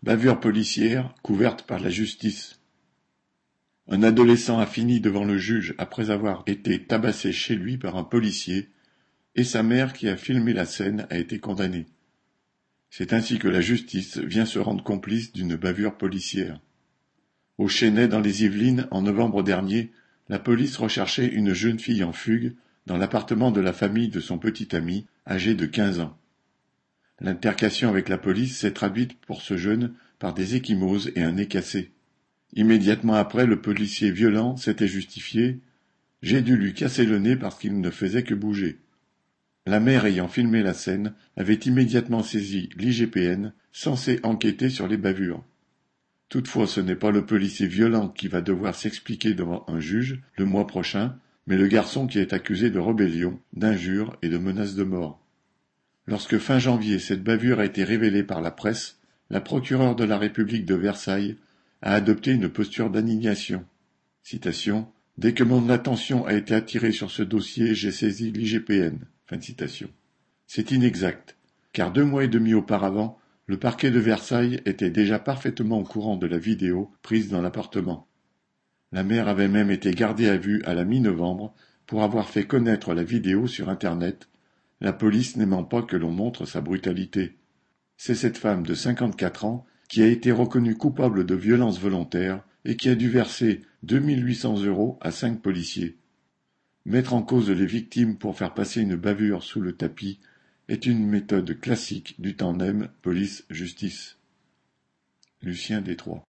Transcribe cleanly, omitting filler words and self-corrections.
Bavure policière couverte par la justice. Un adolescent a fini devant le juge après avoir été tabassé chez lui par un policier, et sa mère qui a filmé la scène a été condamnée. C'est ainsi que la justice vient se rendre complice d'une bavure policière. Au Chesnay dans les Yvelines, en novembre dernier, la police recherchait une jeune fille en fugue dans l'appartement de la famille de son petit ami, âgé de 15 ans. L'altercation avec la police s'est traduite pour ce jeune par des ecchymoses et un nez cassé. Immédiatement après, le policier violent s'était justifié: « J'ai dû lui casser le nez parce qu'il ne faisait que bouger. » La mère ayant filmé la scène avait immédiatement saisi l'IGPN, censé enquêter sur les bavures. Toutefois, ce n'est pas le policier violent qui va devoir s'expliquer devant un juge le mois prochain, mais le garçon qui est accusé de rébellion, d'injures et de menaces de mort. Lorsque fin janvier cette bavure a été révélée par la presse, la procureure de la République de Versailles a adopté une posture d'indignation. Citation: « Dès que mon attention a été attirée sur ce dossier, j'ai saisi l'IGPN. » Fin de citation. C'est inexact, car 2 mois et demi auparavant, le parquet de Versailles était déjà parfaitement au courant de la vidéo prise dans l'appartement. La mère avait même été gardée à vue à la mi-novembre pour avoir fait connaître la vidéo sur Internet, la police n'aimant pas que l'on montre sa brutalité. C'est cette femme de 54 ans qui a été reconnue coupable de violences volontaires et qui a dû verser 2 800 € à 5 policiers. Mettre en cause les victimes pour faire passer une bavure sous le tapis est une méthode classique du tandem police-justice. Lucien Détroit.